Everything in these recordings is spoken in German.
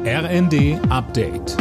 RND Update.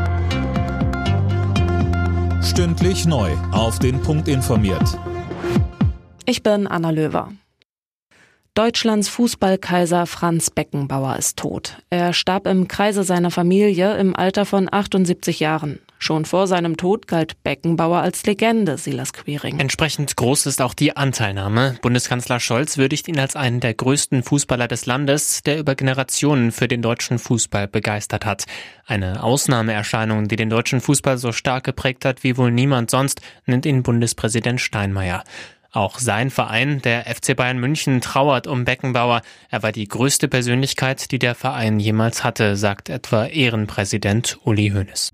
Stündlich neu auf den Punkt informiert. Ich bin Anna Löwer. Deutschlands Fußballkaiser Franz Beckenbauer ist tot. Er starb im Kreise seiner Familie im Alter von 78 Jahren. Schon vor seinem Tod galt Beckenbauer als Legende, Silas Quiring. Entsprechend groß ist auch die Anteilnahme. Bundeskanzler Scholz würdigt ihn als einen der größten Fußballer des Landes, der über Generationen für den deutschen Fußball begeistert hat. Eine Ausnahmeerscheinung, die den deutschen Fußball so stark geprägt hat wie wohl niemand sonst, nennt ihn Bundespräsident Steinmeier. Auch sein Verein, der FC Bayern München, trauert um Beckenbauer. Er war die größte Persönlichkeit, die der Verein jemals hatte, sagt etwa Ehrenpräsident Uli Hoeneß.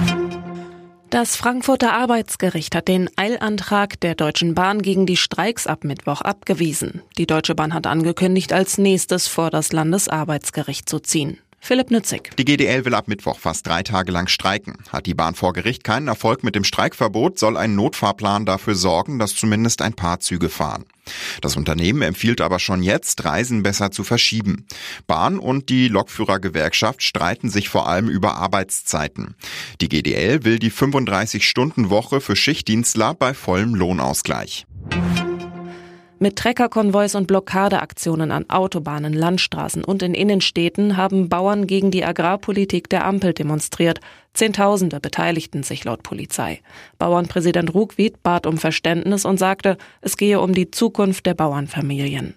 Das Frankfurter Arbeitsgericht hat den Eilantrag der Deutschen Bahn gegen die Streiks ab Mittwoch abgewiesen. Die Deutsche Bahn hat angekündigt, als nächstes vor das Landesarbeitsgericht zu ziehen. Philipp Nützig. Die GDL will ab Mittwoch fast 3 Tage lang streiken. Hat die Bahn vor Gericht keinen Erfolg mit dem Streikverbot, soll ein Notfahrplan dafür sorgen, dass zumindest ein paar Züge fahren. Das Unternehmen empfiehlt aber schon jetzt, Reisen besser zu verschieben. Bahn und die Lokführergewerkschaft streiten sich vor allem über Arbeitszeiten. Die GDL will die 35-Stunden-Woche für Schichtdienstler bei vollem Lohnausgleich. Mit Treckerkonvois und Blockadeaktionen an Autobahnen, Landstraßen und in Innenstädten haben Bauern gegen die Agrarpolitik der Ampel demonstriert. Zehntausende beteiligten sich laut Polizei. Bauernpräsident Ruckwied bat um Verständnis und sagte, es gehe um die Zukunft der Bauernfamilien.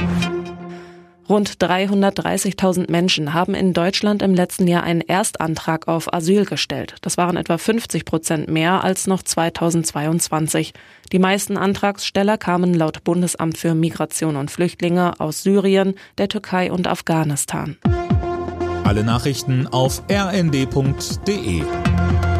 Rund 330.000 Menschen haben in Deutschland im letzten Jahr einen Erstantrag auf Asyl gestellt. Das waren etwa 50% mehr als noch 2022. Die meisten Antragsteller kamen laut Bundesamt für Migration und Flüchtlinge aus Syrien, der Türkei und Afghanistan. Alle Nachrichten auf rnd.de.